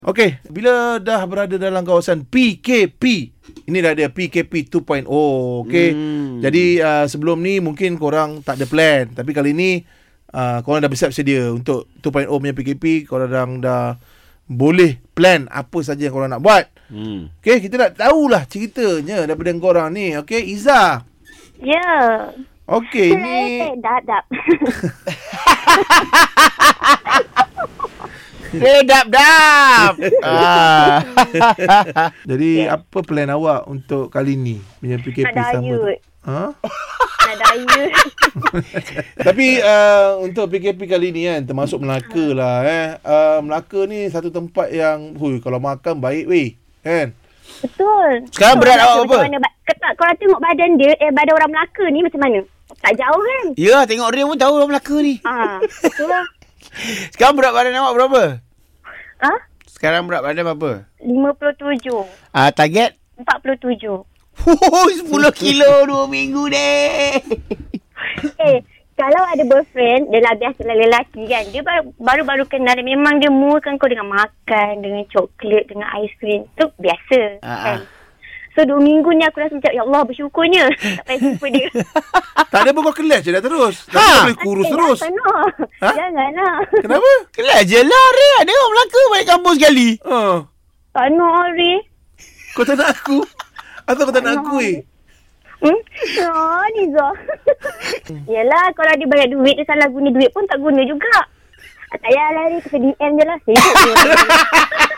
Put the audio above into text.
Okey, bila dah berada dalam kawasan PKP, ini dah ada PKP 2.0, okey. Jadi sebelum ni mungkin korang tak ada plan, tapi kali ni korang dah bersiap sedia untuk 2.0 punya PKP. Korang dah boleh plan apa saja yang korang nak buat. Okey, kita nak tahulah ceritanya daripada korang ni. Okey, Izzah. Ya. Okey, ni Dap. Dap. Jadi apa plan awak untuk kali ni punya PKP Nak diet. Ha? Nak diet. Tapi untuk PKP kali ni kan, termasuk Melaka lah Melaka ni satu tempat yang kalau makan baik weh, kan? Betul. Sekarang berat awak apa? Korang tengok badan dia, badan orang Melaka ni macam mana? Tak jauh kan? Ya, tengok dia pun tahu orang Melaka ni. Betul lah. Sekarang berat badan awak berapa? Sekarang berat badan berapa? 57. Target? 47. 10 kilo 2 minggu deh. Kalau ada boyfriend, dia lah biasalah lelaki kan. Dia baru-baru kenal, memang dia muakan kau dengan makan, dengan coklat, dengan aiskrim. Tu biasa kan. So 2 minggu ni aku rasa macam, ya Allah bersyukurnya tak payah jumpa dia. Tak ada pun kau kelas je dah terus. Tak boleh kurus terus. Janganlah. Kenapa? Kelas je lah, Re. Ada orang Melaka balik kampung sekali. Tak nak, Ari. Kau tak nak aku? Atau kau tak nak aku Niza. Yelah, kalau dia banyak duit, dia salah guna duit pun tak guna juga. Tak payahlah, Ari. Kita DM je lah. Sibuk je.